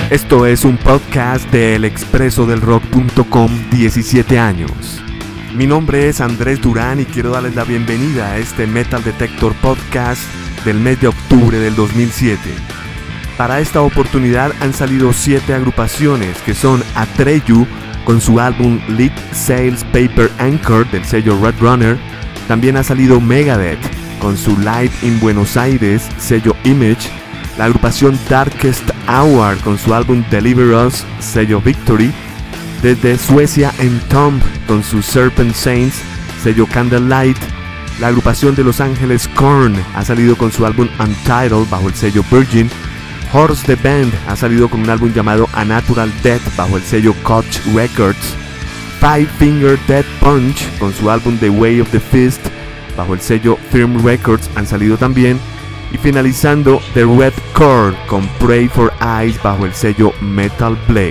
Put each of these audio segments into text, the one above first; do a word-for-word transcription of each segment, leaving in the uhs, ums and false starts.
Esto es un podcast de el expreso del rock punto com, diecisiete años. Mi nombre es Andrés Durán y quiero darles la bienvenida a este Metal Detector Podcast del mes de octubre del dos mil siete. Para esta oportunidad han salido siete agrupaciones que son Atreyu con su álbum Lead Sails Paper Anchor del sello Red Runner. También ha salido Megadeth con su Live in Buenos Aires, sello Image. La agrupación Darkest Hour con su álbum Deliver Us, sello Victory. Desde Suecia Entomb con su Serpent Saints, sello Candlelight. La agrupación de Los Ángeles Korn ha salido con su álbum Untitled bajo el sello Virgin. Horse the Band ha salido con un álbum llamado A Natural Death bajo el sello Koch Records. Five Finger Death Punch con su álbum The Way of the Fist bajo el sello Firm Records han salido también. Y finalizando The Red Chord con Pray for Eyes bajo el sello Metal Blade.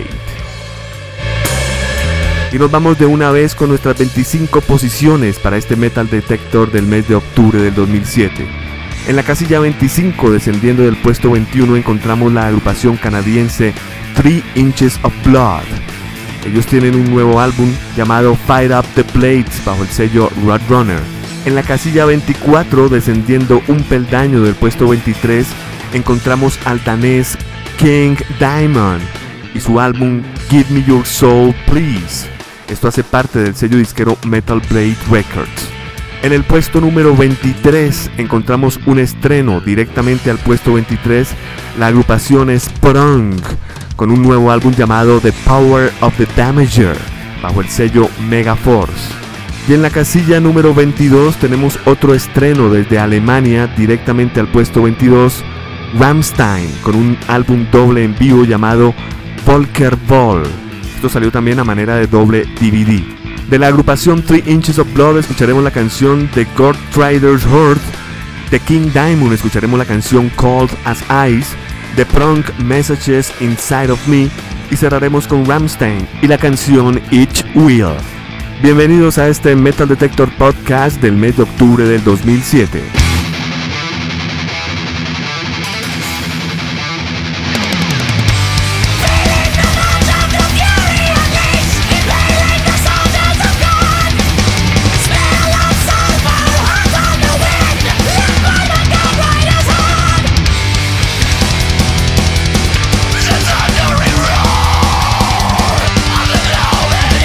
Y nos vamos de una vez con nuestras veinticinco posiciones para este Metal Detector del mes de octubre del dos mil siete. En la casilla veinticinco, descendiendo del puesto veintiuno, encontramos la agrupación canadiense Three Inches of Blood. Ellos tienen un nuevo álbum llamado Fire Up the Blades bajo el sello Roadrunner. En la casilla veinticuatro, descendiendo un peldaño del puesto veintitrés, encontramos al danés King Diamond y su álbum Give Me Your Soul Please. Esto hace parte del sello disquero Metal Blade Records. En el puesto número veintitrés encontramos un estreno directamente al puesto veintitrés, la agrupación Sprung con un nuevo álbum llamado The Power of the Damager bajo el sello Megaforce. Y en la casilla número veintidós tenemos otro estreno desde Alemania directamente al puesto veintidós, Rammstein con un álbum doble en vivo llamado Volker Ball. Esto salió también a manera de doble D V D. De la agrupación Three Inches of Blood escucharemos la canción The God Traders Horde. De King Diamond escucharemos la canción Cold as Ice. De Prunk Messages Inside of Me. Y cerraremos con Rammstein y la canción Each Wheel. Bienvenidos a este Metal Detector Podcast del mes de octubre del dos mil siete.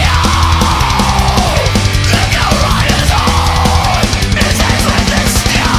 Stop!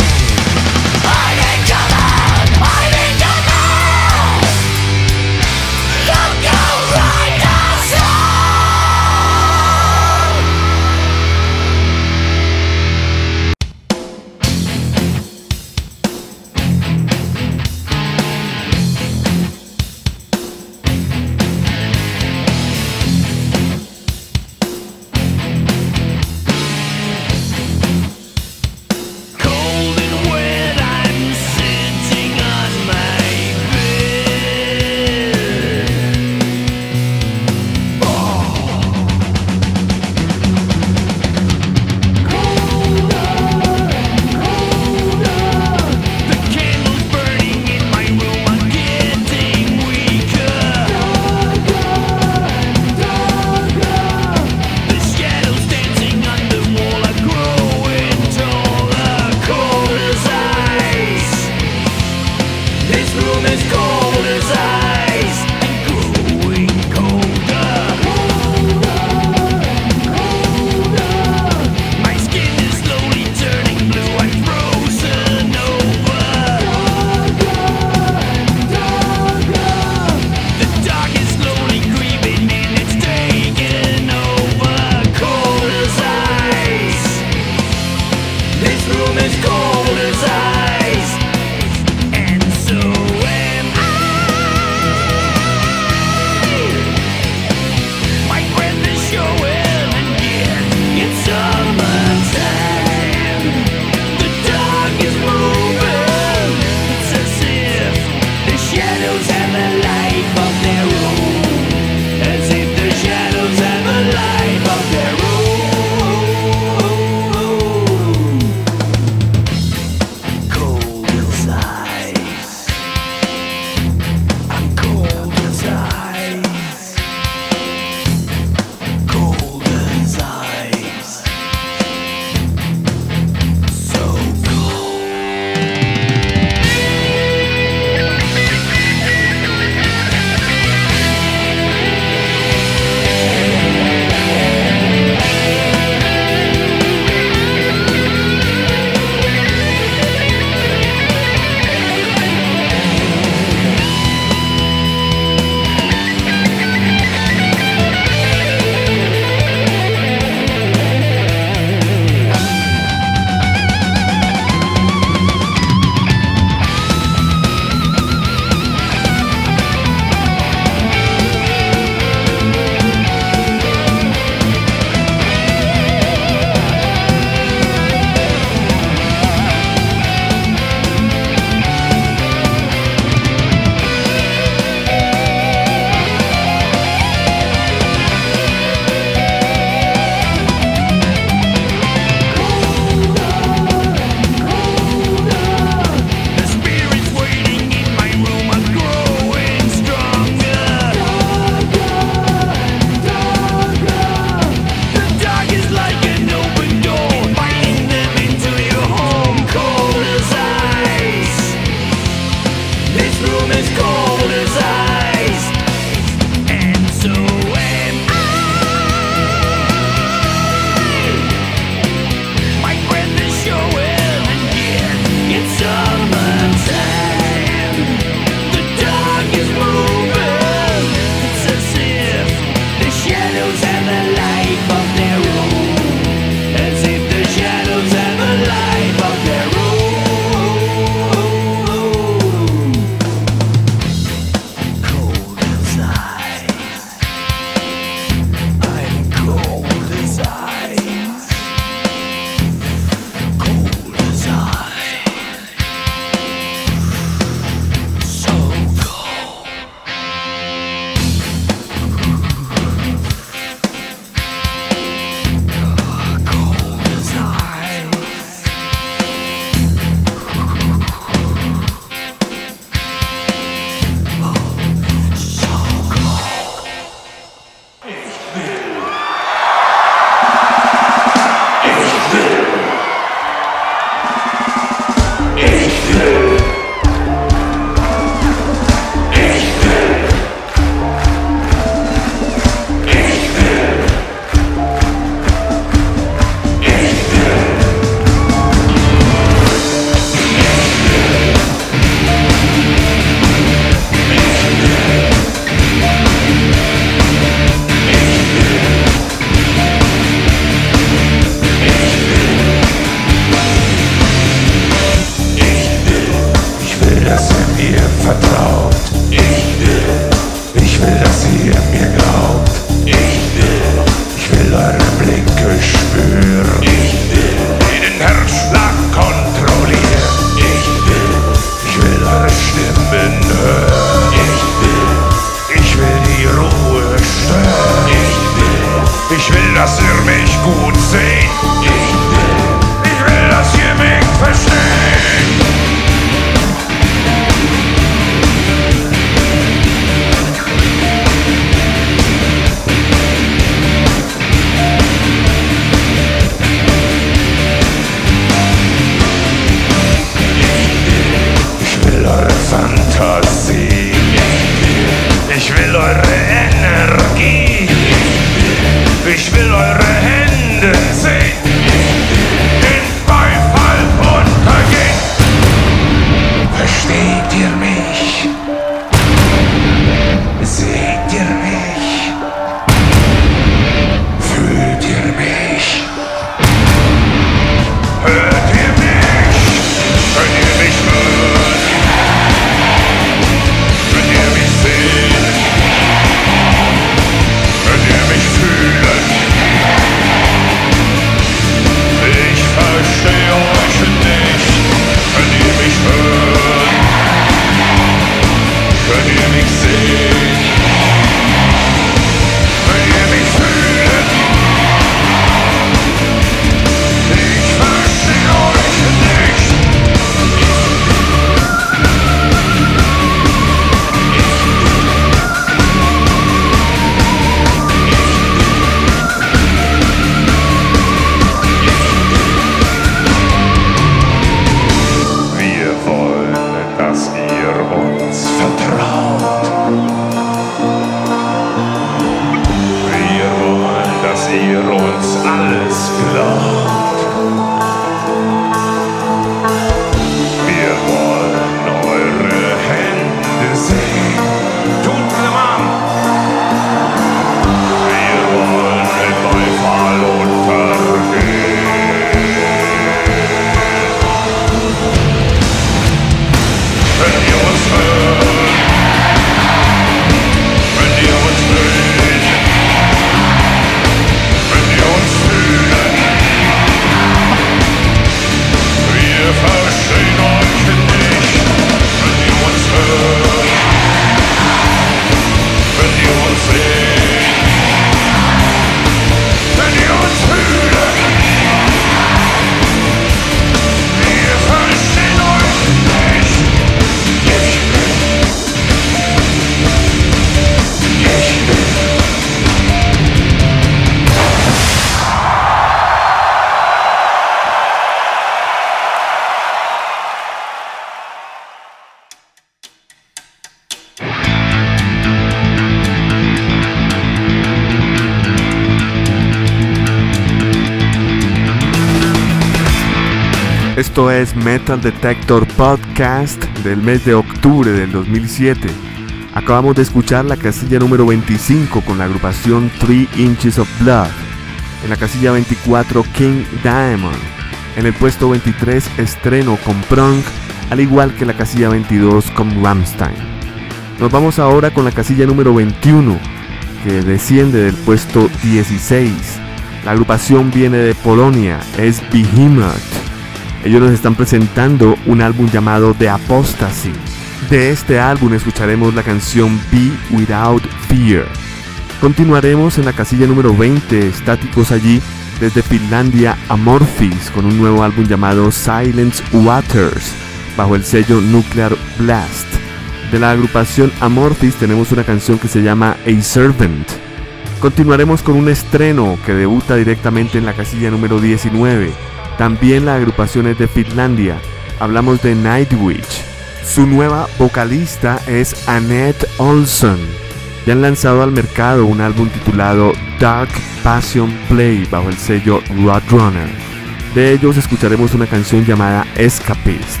Esto es Metal Detector Podcast del mes de octubre del dos mil siete. Acabamos de escuchar la casilla número veinticinco con la agrupación Three Inches of Blood. En la casilla veinticuatro, King Diamond. En el puesto veintitrés, estreno con Prong, al igual que la casilla veintidós con Rammstein. Nos vamos ahora con la casilla número veintiuno, que desciende del puesto dieciséis. La agrupación viene de Polonia, es Behemoth. Ellos nos están presentando un álbum llamado The Apostasy. De este álbum escucharemos la canción Be Without Fear. Continuaremos en la casilla número veinte, estáticos allí, desde Finlandia, Amorphis, con un nuevo álbum llamado Silence Waters, bajo el sello Nuclear Blast. De la agrupación Amorphis tenemos una canción que se llama A Servant. Continuaremos con un estreno que debuta directamente en la casilla número diecinueve. También la agrupación es de Finlandia. Hablamos de Nightwish. Su nueva vocalista es Annette Olsson. Ya han lanzado al mercado un álbum titulado Dark Passion Play bajo el sello Roadrunner. De ellos escucharemos una canción llamada Escapist.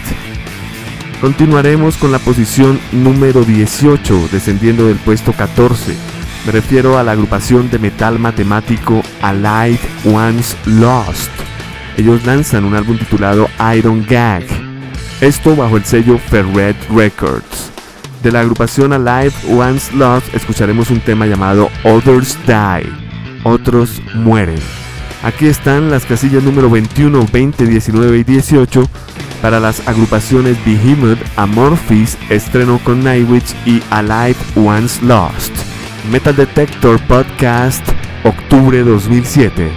Continuaremos con la posición número dieciocho, descendiendo del puesto catorce. Me refiero a la agrupación de metal matemático Alive Once Lost. Ellos lanzan un álbum titulado Iron Gag, esto bajo el sello Ferret Records. De la agrupación Alive Once Lost escucharemos un tema llamado Others Die, Otros Mueren. Aquí están las casillas número veintiuno, veinte, diecinueve y dieciocho para las agrupaciones Behemoth, Amorphis, estreno con Nightwish y Alive Once Lost. Metal Detector Podcast, octubre dos mil siete.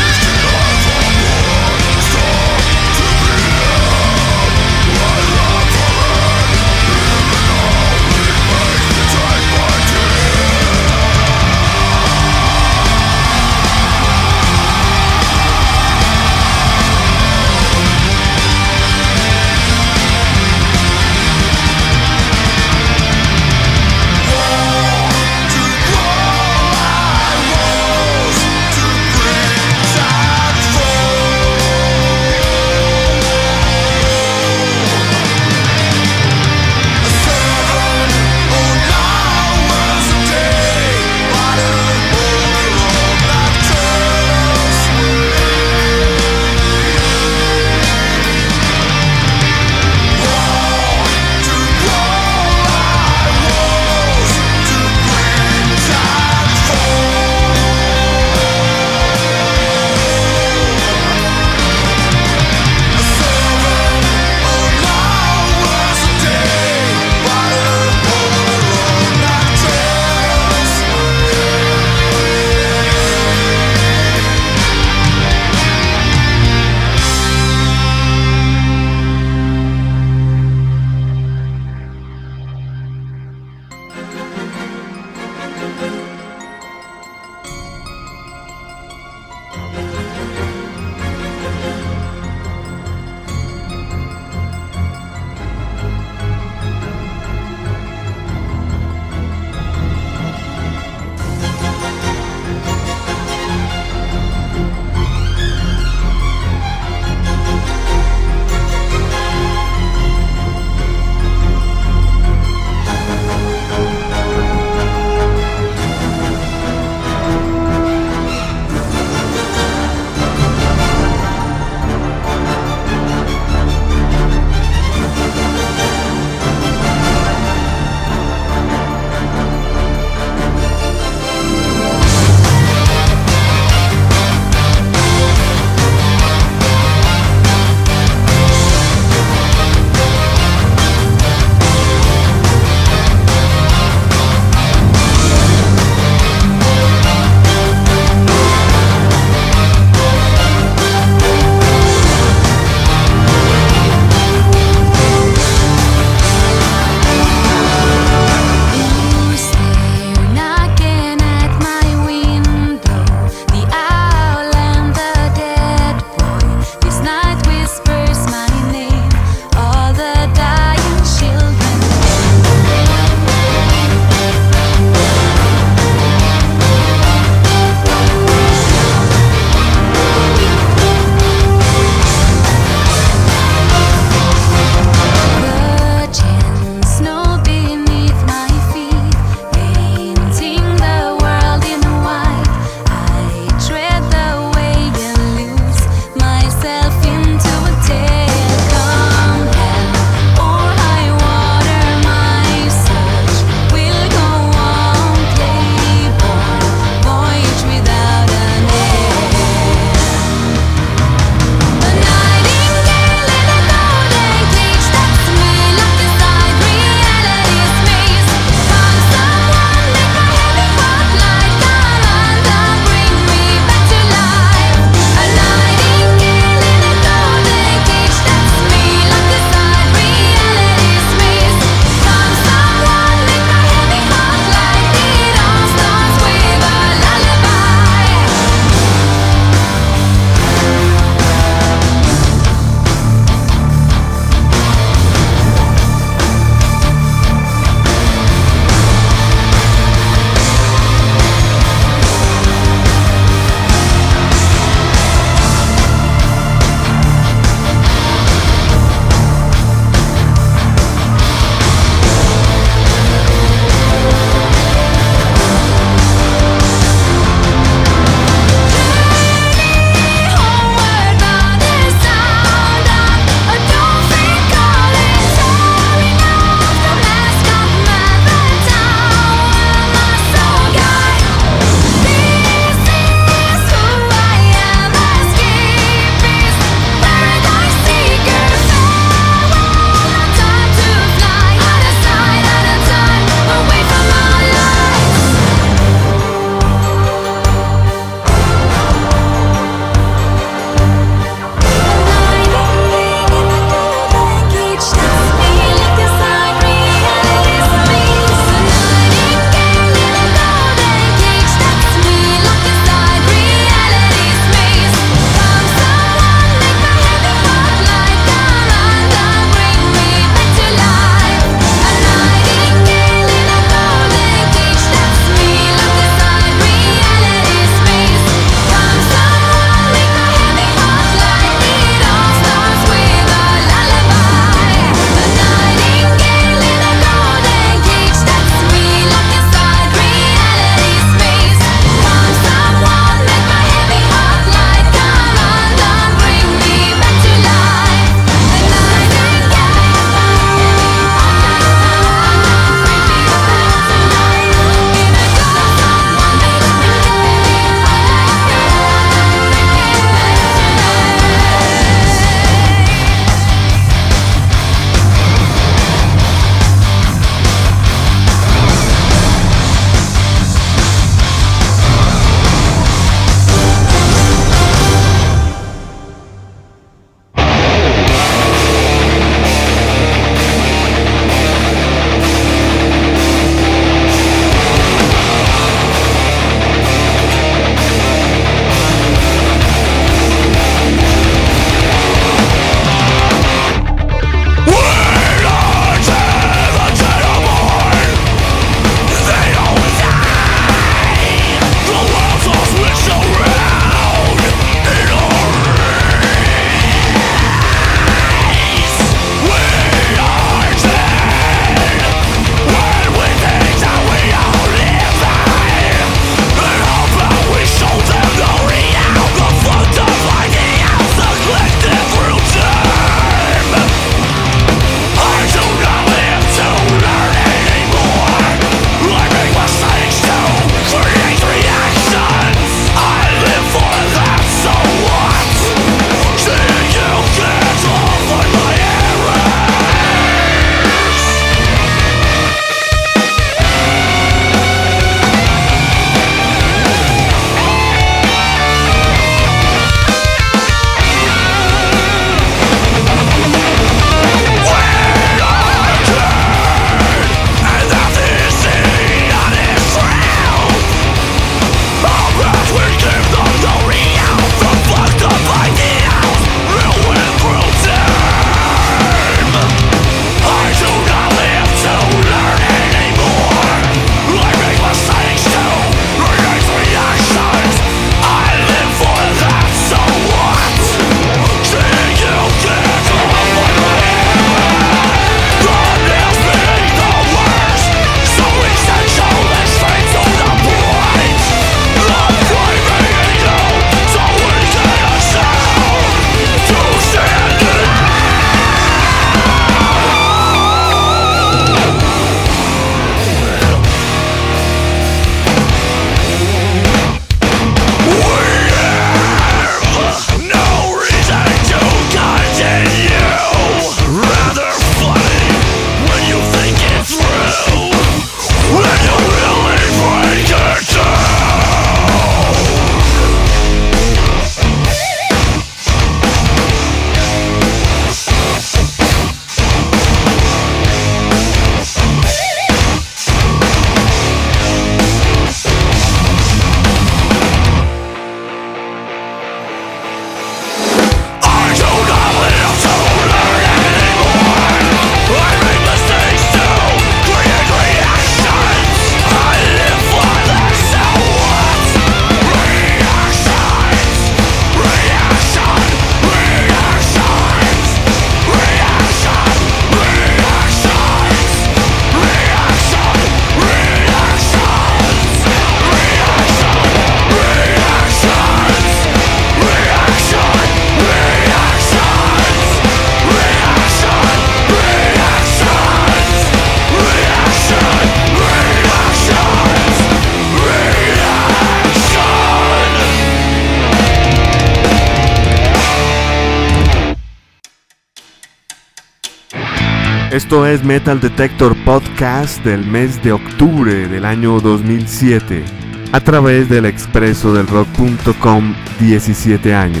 Esto es Metal Detector Podcast del mes de octubre del año dos mil siete, a través del expreso del rock punto com, diecisiete años.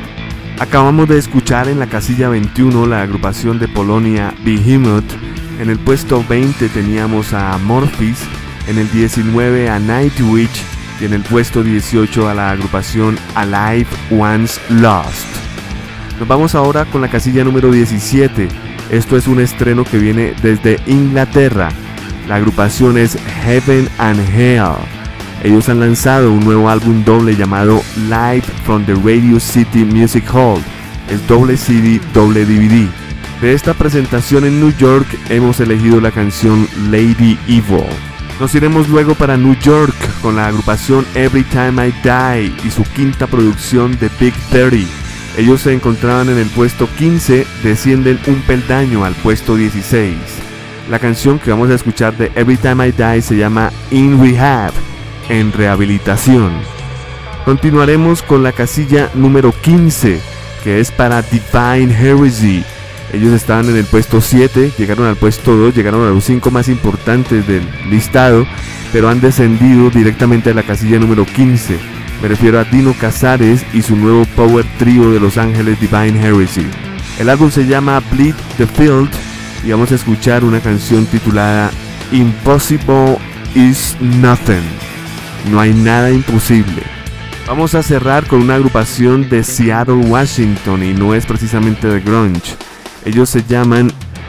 Acabamos de escuchar en la casilla veintiuno la agrupación de Polonia Behemoth. En el puesto veinte teníamos a Amorphis, en el diecinueve a Nightwish y en el puesto dieciocho a la agrupación Alive Once Lost. Nos vamos ahora con la casilla número diecisiete. Esto es un estreno que viene desde Inglaterra. La agrupación es Heaven and Hell. Ellos han lanzado un nuevo álbum doble llamado Live from the Radio City Music Hall. Es doble C D, doble D V D. De esta presentación en New York hemos elegido la canción Lady Evil. Nos iremos luego para New York con la agrupación Every Time I Die y su quinta producción The Big thirty. Ellos se encontraban en el puesto quince, descienden un peldaño al puesto dieciséis. La canción que vamos a escuchar de Every Time I Die se llama In Rehab, en rehabilitación. Continuaremos con la casilla número quince, que es para Divine Heresy. Ellos estaban en el puesto siete, llegaron al puesto dos, llegaron a los cinco más importantes del listado, pero han descendido directamente a la casilla número quince. Me refiero a Dino Cazares y su nuevo power trio de Los Ángeles, Divine Heresy. El álbum se llama Bleed the Field y vamos a escuchar una canción titulada Impossible is Nothing. No hay nada imposible. Vamos a cerrar con una agrupación de Seattle, Washington, y no es precisamente de grunge. Ellos se llaman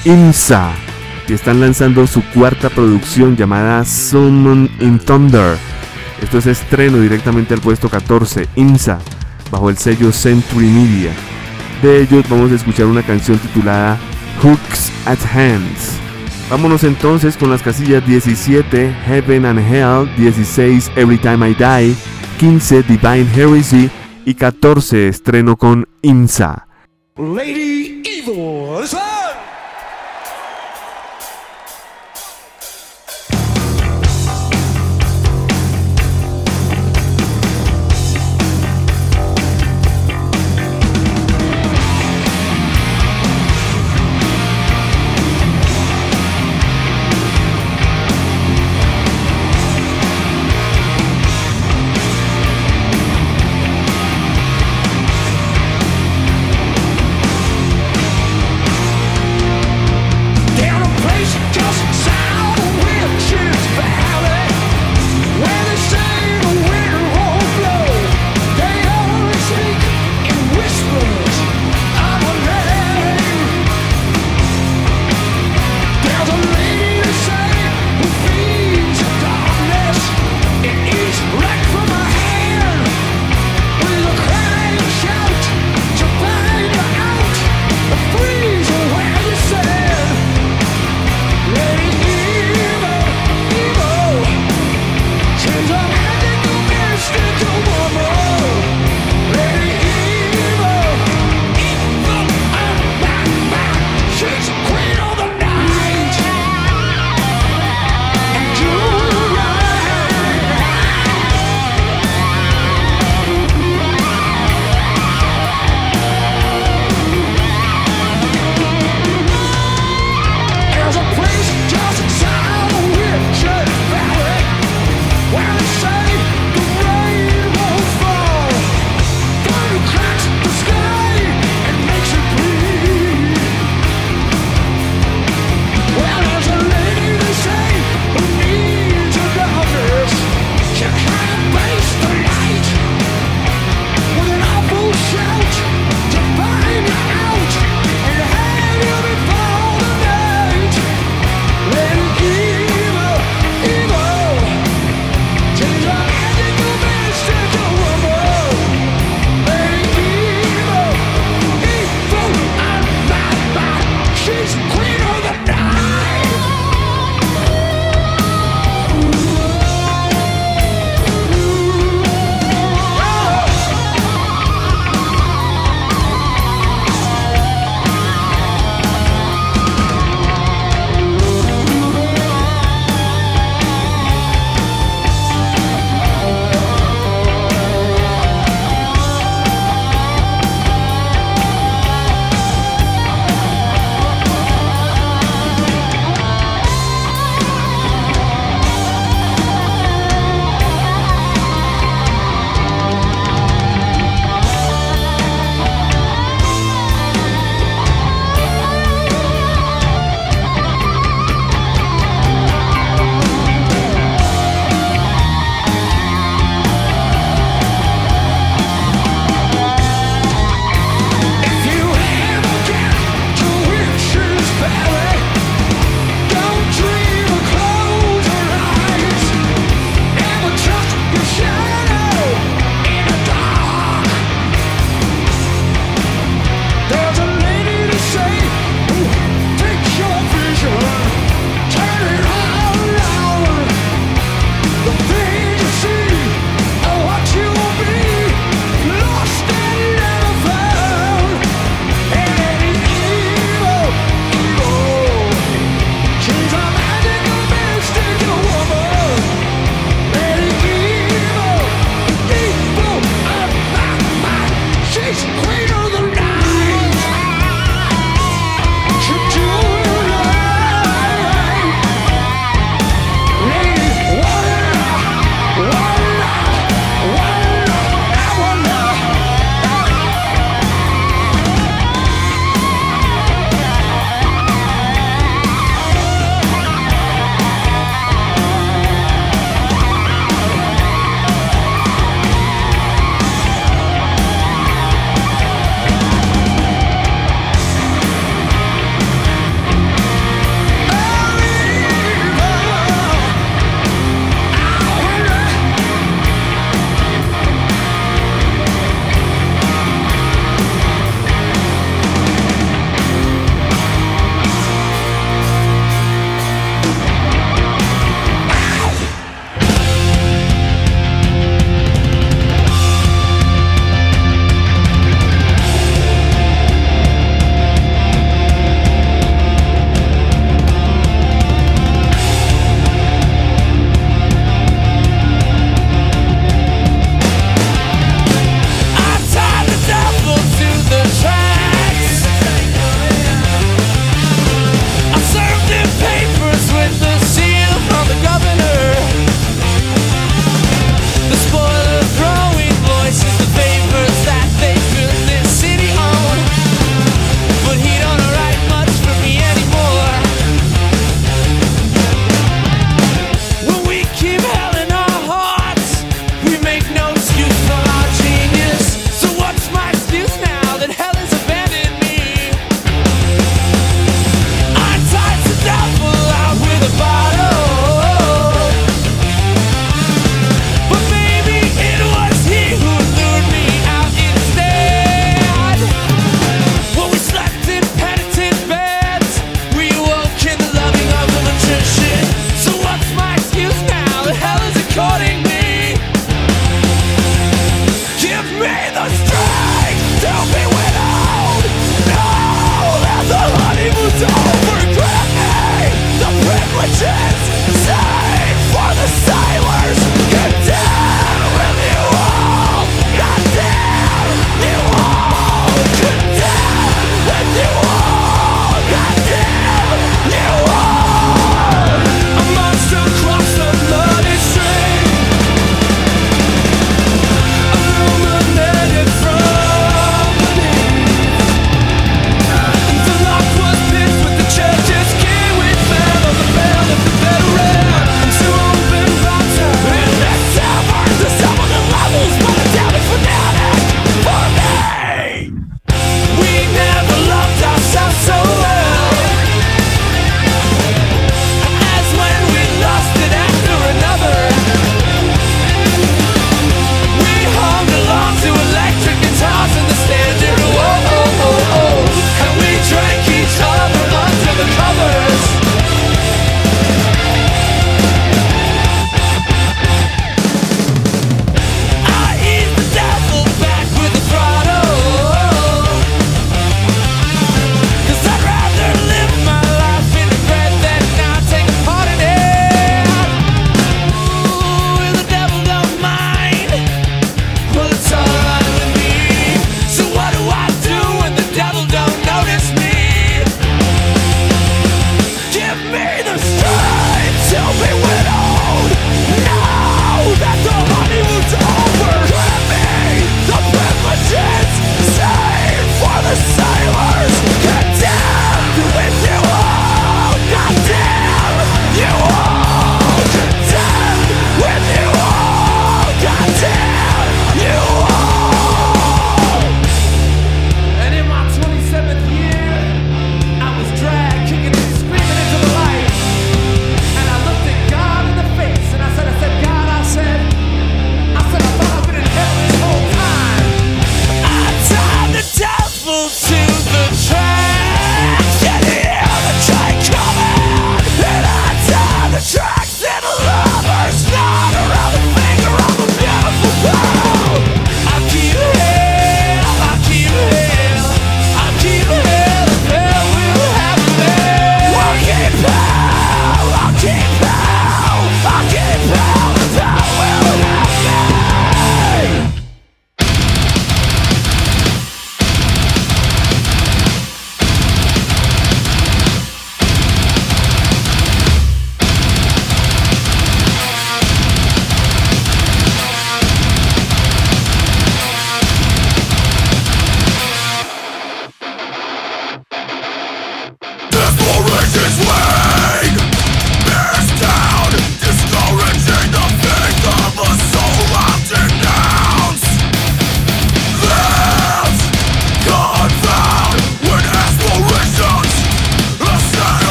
IMSA y están lanzando su cuarta producción llamada Summon in Thunder. Esto es estreno directamente al puesto catorce, IMSA, bajo el sello Century Media. De ellos vamos a escuchar una canción titulada Hooks at Hands. Vámonos entonces con las casillas diecisiete, Heaven and Hell, dieciséis, Every Time I Die, quince, Divine Heresy y catorce, estreno con IMSA. Lady Evil, listen!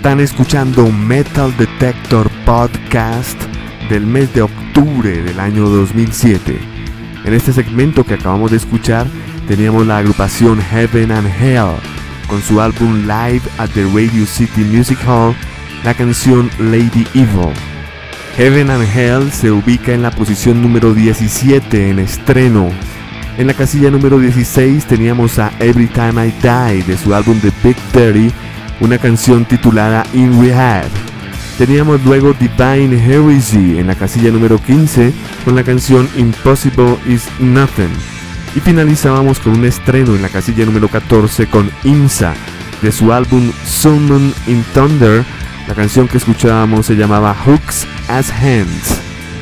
Están escuchando Metal Detector Podcast del mes de octubre del año dos mil siete. En este segmento que acabamos de escuchar teníamos la agrupación Heaven and Hell con su álbum Live at the Radio City Music Hall, la canción Lady Evil. Heaven and Hell se ubica en la posición número diecisiete en estreno. En la casilla número dieciséis teníamos a Every Time I Die de su álbum The Big Dirty, una canción titulada In Rehab. Teníamos luego Divine Heresy en la casilla número quince con la canción Impossible Is Nothing. Y finalizábamos con un estreno en la casilla número catorce con IMSA de su álbum Summon in Thunder. La canción que escuchábamos se llamaba Hooks as Hands.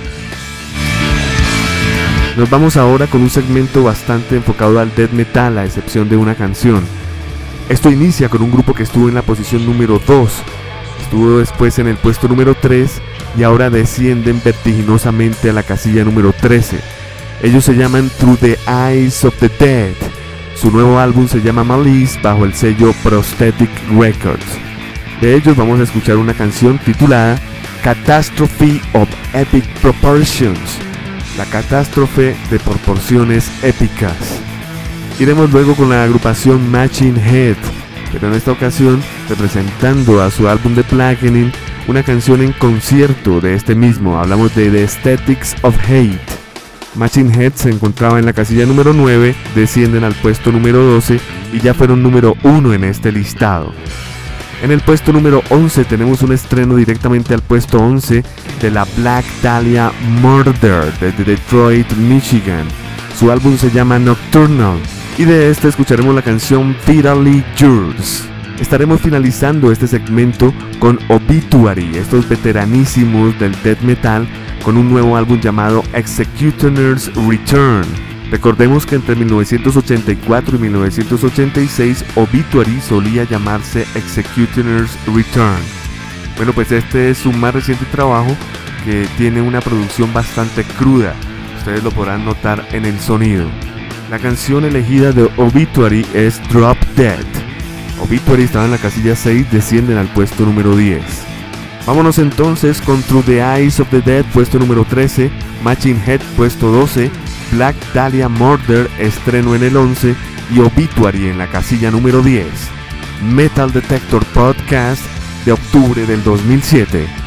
Nos vamos ahora con un segmento bastante enfocado al death metal, a excepción de una canción. Esto inicia con un grupo que estuvo en la posición número dos, estuvo después en el puesto número tres y ahora descienden vertiginosamente a la casilla número trece. Ellos se llaman Through the Eyes of the Dead. Su nuevo álbum se llama Malice bajo el sello Prosthetic Records. De ellos vamos a escuchar una canción titulada Catastrophe of Epic Proportions, la catástrofe de proporciones épicas. Iremos luego con la agrupación Machine Head, pero en esta ocasión representando a su álbum de Blackening, una canción en concierto de este mismo. Hablamos de The Aesthetics of Hate. Machine Head se encontraba en la casilla número nueve, descienden al puesto número doce y ya fueron número uno en este listado. En el puesto número once tenemos un estreno directamente al puesto once de la Black Dahlia Murder desde Detroit, Michigan. Su álbum se llama Nocturnal y de este escucharemos la canción Vitally Yours. Estaremos finalizando este segmento con Obituary, estos veteranísimos del death metal, con un nuevo álbum llamado Executioner's Return. Recordemos que entre mil novecientos ochenta y cuatro y mil novecientos ochenta y seis Obituary solía llamarse Executioner's Return. Bueno, pues este es su más reciente trabajo que tiene una producción bastante cruda. Ustedes lo podrán notar en el sonido. La canción elegida de Obituary es Drop Dead. Obituary estaba en la casilla seis, descienden al puesto número diez. Vámonos entonces con Through the Eyes of the Dead, puesto número trece, Machine Head, puesto doce, Black Dahlia Murder, estreno en el once y Obituary en la casilla número diez. Metal Detector Podcast de octubre del dos mil siete.